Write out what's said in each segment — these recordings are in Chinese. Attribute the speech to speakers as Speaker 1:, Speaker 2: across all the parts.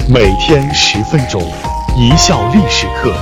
Speaker 1: 每天10分钟，一笑历史课。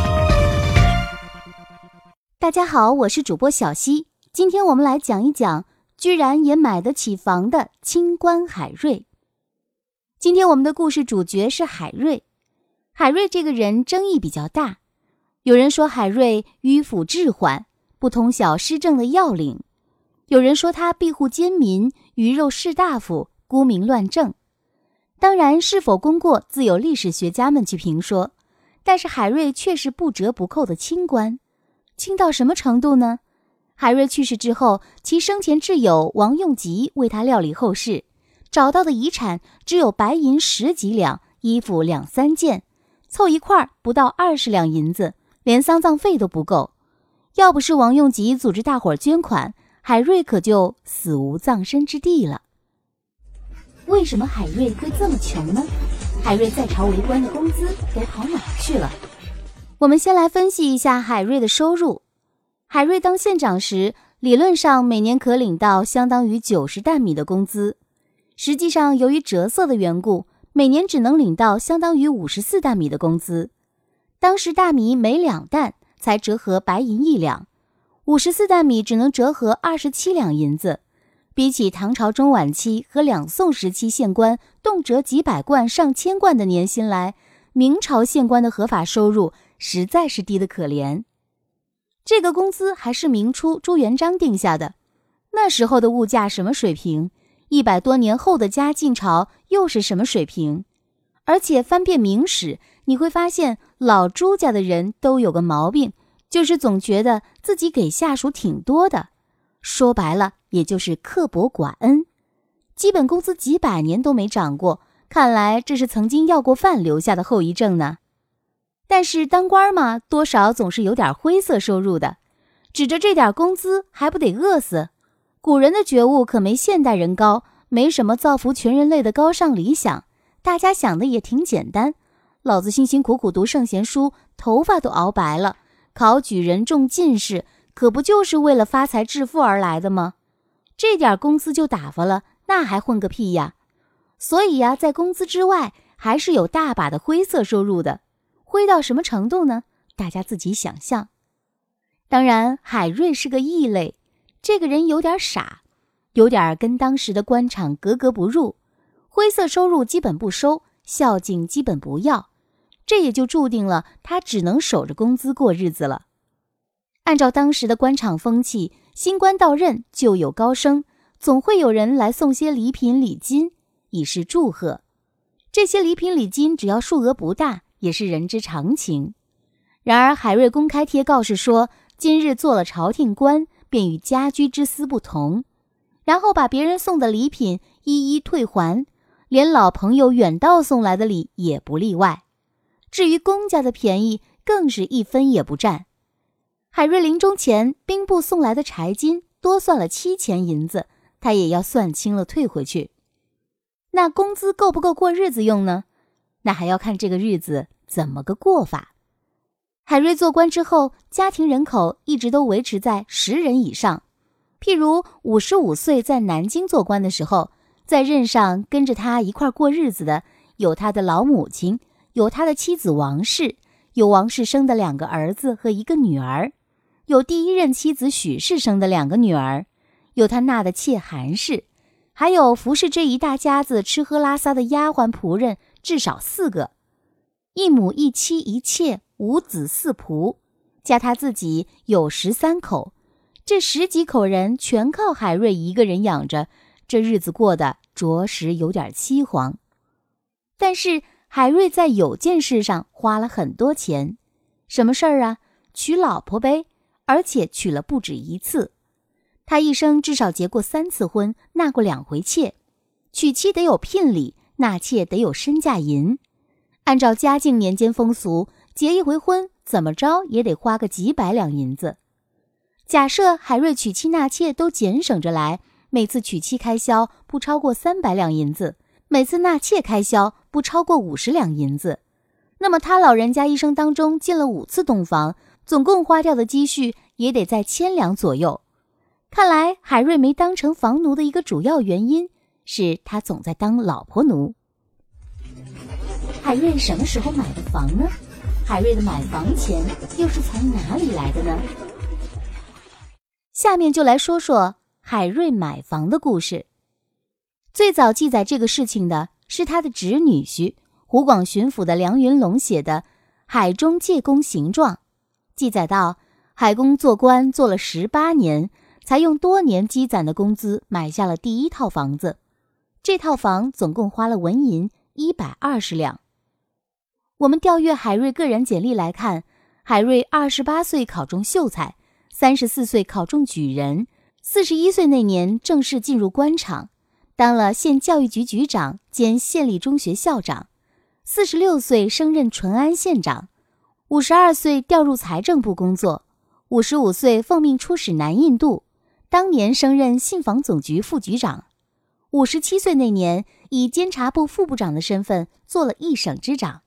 Speaker 2: 大家好，我是主播小溪。今天我们来讲一讲居然也买得起房的清官海瑞。今天我们的故事主角是海瑞。海瑞这个人争议比较大，有人说海瑞迂腐滞缓，不通晓施政的要领；有人说他庇护奸民，鱼肉士大夫，沽名乱政。当然，是否功过自有历史学家们去评说，但是海瑞却是不折不扣的清官。清到什么程度呢？海瑞去世之后，其生前挚友王用吉为他料理后事，找到的遗产只有白银10几两，衣服2、3件，凑一块不到20两银子，连丧葬费都不够。要不是王用吉组织大伙捐款，海瑞可就死无葬身之地了。为什么海瑞会这么穷呢？海瑞在朝为官的工资都跑哪去了？我们先来分析一下海瑞的收入。海瑞当县长时，理论上每年可领到相当于90担米的工资，实际上由于折色的缘故，每年只能领到相当于54担米的工资。当时大米每2担才折合白银1两，54担米只能折合27两银子。比起唐朝中晚期和两宋时期县官动辄几百贯上千贯的年薪来，明朝县官的合法收入实在是低得可怜。这个工资还是明初朱元璋定下的，那时候的物价什么水平？100多年后的嘉靖朝又是什么水平？而且翻遍明史，你会发现老朱家的人都有个毛病，就是总觉得自己给下属挺多的，说白了也就是刻薄寡恩，基本工资几百年都没涨过，看来这是曾经要过饭留下的后遗症呢。但是当官嘛，多少总是有点灰色收入的，指着这点工资还不得饿死？古人的觉悟可没现代人高，没什么造福全人类的高尚理想，大家想的也挺简单，老子辛辛苦苦读圣贤书，头发都熬白了，考举人中进士，可不就是为了发财致富而来的吗？这点工资就打发了，那还混个屁呀！所以呀，在工资之外，还是有大把的灰色收入的。灰到什么程度呢？大家自己想象。当然，海瑞是个异类，这个人有点傻，有点跟当时的官场格格不入，灰色收入基本不收，孝敬基本不要，这也就注定了他只能守着工资过日子了。按照当时的官场风气，新官到任就有高升，总会有人来送些礼品礼金以示祝贺。这些礼品礼金只要数额不大，也是人之常情。然而海瑞公开贴告示说，今日做了朝廷官，便与家居之私不同，然后把别人送的礼品一一退还，连老朋友远道送来的礼也不例外。至于公家的便宜，更是一分也不占。海瑞临终前，兵部送来的柴金多算了7钱银子，他也要算清了退回去。那工资够不够过日子用呢？那还要看这个日子怎么个过法。海瑞做官之后，家庭人口一直都维持在10人以上。譬如55岁在南京做官的时候，在任上跟着他一块过日子的有他的老母亲，有他的妻子王氏，有王氏生的2个儿子和1个女儿，有第1任妻子许氏生的2个女儿，有他纳的妾韩氏，还有服侍这一大家子吃喝拉撒的丫鬟仆人至少4个，一母一妻一妾，5子4仆，加他自己有13口，这10几口人全靠海瑞一个人养着，这日子过得着实有点凄惶。但是海瑞在有件事上花了很多钱。什么事儿啊？娶老婆呗，而且娶了不止1次。他一生至少结过3次婚，纳过2回妾。娶妻得有聘礼，纳妾得有身价银。按照嘉靖年间风俗，结一回婚怎么着也得花个几百两银子。假设海瑞娶妻纳妾都俭省着来，每次娶妻开销不超过300两银子，每次纳妾开销不超过50两银子，那么他老人家一生当中进了5次洞房，总共花掉的积蓄也得在1000两左右。看来海瑞没当成房奴的一个主要原因是他总在当老婆奴。 海瑞什么时候买的房呢？海瑞的买房钱又是从哪里来的呢？下面就来说说海瑞买房的故事。最早记载这个事情的是他的侄女婿湖广巡抚的梁云龙写的《海中借公行状》，记载到海公做官做了18年，才用多年积攒的工资买下了第一套房子。这套房总共花了纹银120两。我们调阅海瑞个人简历来看，海瑞28岁考中秀才，34岁考中举人，41岁那年正式进入官场，当了县教育局局长兼县立中学校长，46岁升任淳安县长，52岁调入财政部工作，55岁奉命出使南印度，当年升任信访总局副局长，57岁那年以监察部副部长的身份做了一省之长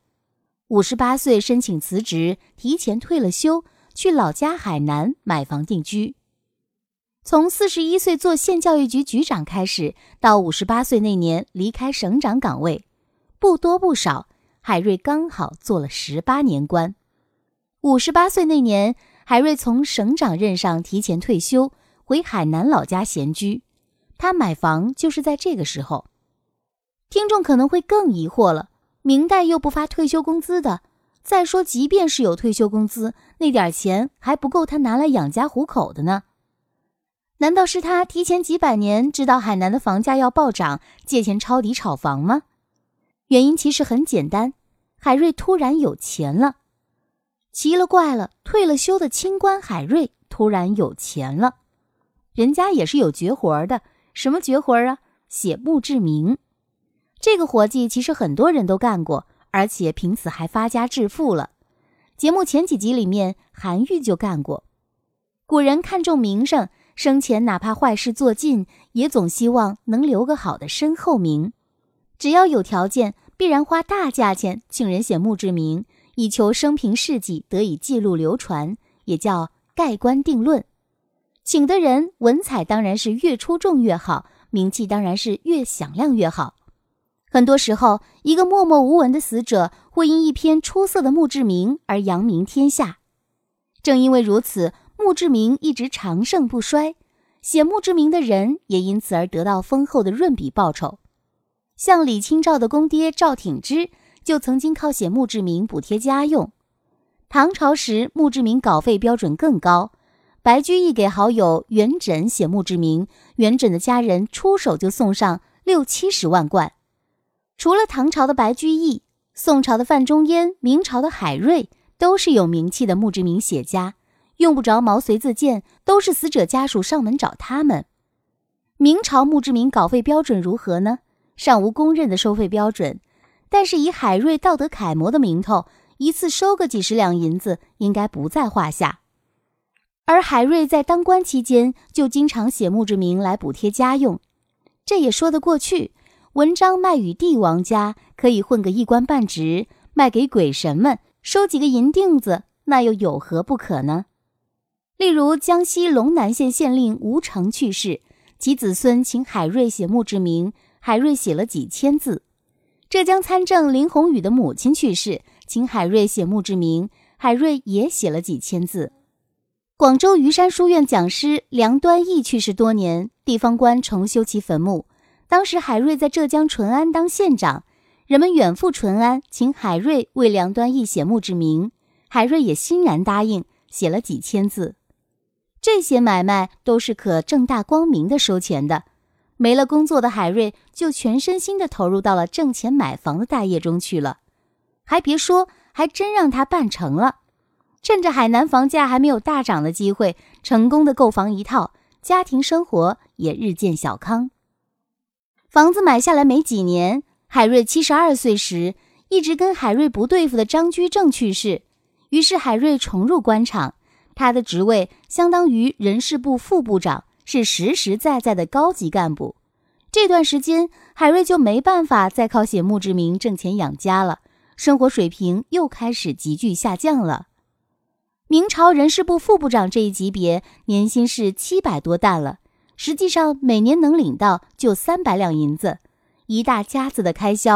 Speaker 2: ，58岁申请辞职，提前退了休，去老家海南买房定居。从41岁做县教育局局长开始，到58岁那年离开省长岗位，不多不少，海瑞刚好做了18年官。58岁那年，海瑞从省长任上提前退休，回海南老家闲居。他买房就是在这个时候。听众可能会更疑惑了，明代又不发退休工资的，再说即便是有退休工资，那点钱还不够他拿来养家糊口的呢。难道是他提前几百年知道海南的房价要暴涨，借钱抄底炒房吗？原因其实很简单，海瑞突然有钱了。奇了怪了，退了休的清官海瑞突然有钱了。人家也是有绝活的，什么绝活啊？写墓志铭。这个活计其实很多人都干过，而且凭此还发家致富了。节目前几集里面，韩愈就干过。古人看重名声，生前哪怕坏事做尽，也总希望能留个好的身后名。只要有条件，必然花大价钱请人写墓志铭，以求生平事迹得以记录流传，也叫盖棺定论。请的人文采当然是越出众越好，名气当然是越响亮越好。很多时候，一个默默无闻的死者会因一篇出色的墓志铭而扬名天下。正因为如此，墓志铭一直长盛不衰，写墓志铭的人也因此而得到丰厚的润笔报酬。像李清照的公爹赵挺之就曾经靠写墓志铭补贴家用。唐朝时，墓志铭稿费标准更高，白居易给好友元稹写墓志铭，元稹的家人出手就送上60-70万贯。除了唐朝的白居易，宋朝的范仲淹，明朝的海瑞都是有名气的墓志铭写家，用不着毛遂自荐，都是死者家属上门找他们。明朝墓志铭稿费标准如何呢？尚无公认的收费标准，但是以海瑞道德楷模的名头，一次收个几十两银子应该不在话下。而海瑞在当官期间就经常写墓志铭来补贴家用，这也说得过去。文章卖与帝王家，可以混个一官半职，卖给鬼神们，收几个银锭子，那又有何不可呢？例如江西龙南县县令吴成去世，其子孙请海瑞写墓志铭，海瑞写了几千字。浙江参政林鸿宇的母亲去世，请海瑞写墓志铭，海瑞也写了几千字。广州虞山书院讲师梁端义去世多年，地方官重修其坟墓。当时海瑞在浙江淳安当县长，人们远赴淳安，请海瑞为梁端义写墓志铭，海瑞也欣然答应，写了几千字。这些买卖都是可正大光明的收钱的。没了工作的海瑞就全身心地投入到了挣钱买房的大业中去了。还别说，还真让他办成了。趁着海南房价还没有大涨的机会，成功的购房一套，家庭生活也日渐小康。房子买下来没几年，海瑞72岁时，一直跟海瑞不对付的张居正去世，于是海瑞重入官场，他的职位相当于人事部副部长，是实实在在的高级干部。这段时间，海瑞就没办法再靠写墓志铭挣钱养家了，生活水平又开始急剧下降了。明朝人事部副部长这一级别，年薪是700多担了，实际上每年能领到就300两银子，一大家子的开销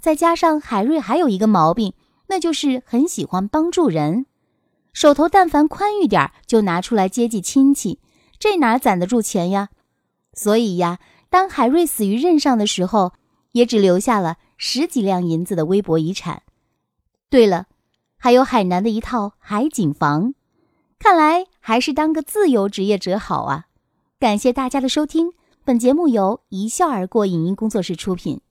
Speaker 2: 再加上海瑞还有一个毛病，那就是很喜欢帮助人，手头但凡宽裕点就拿出来接济亲戚，这哪攒得住钱呀？所以呀，当海瑞死于任上的时候，也只留下了10几两银子的微薄遗产。对了，还有海南的一套海景房，看来还是当个自由职业者好啊。感谢大家的收听，本节目由一笑而过影音工作室出品。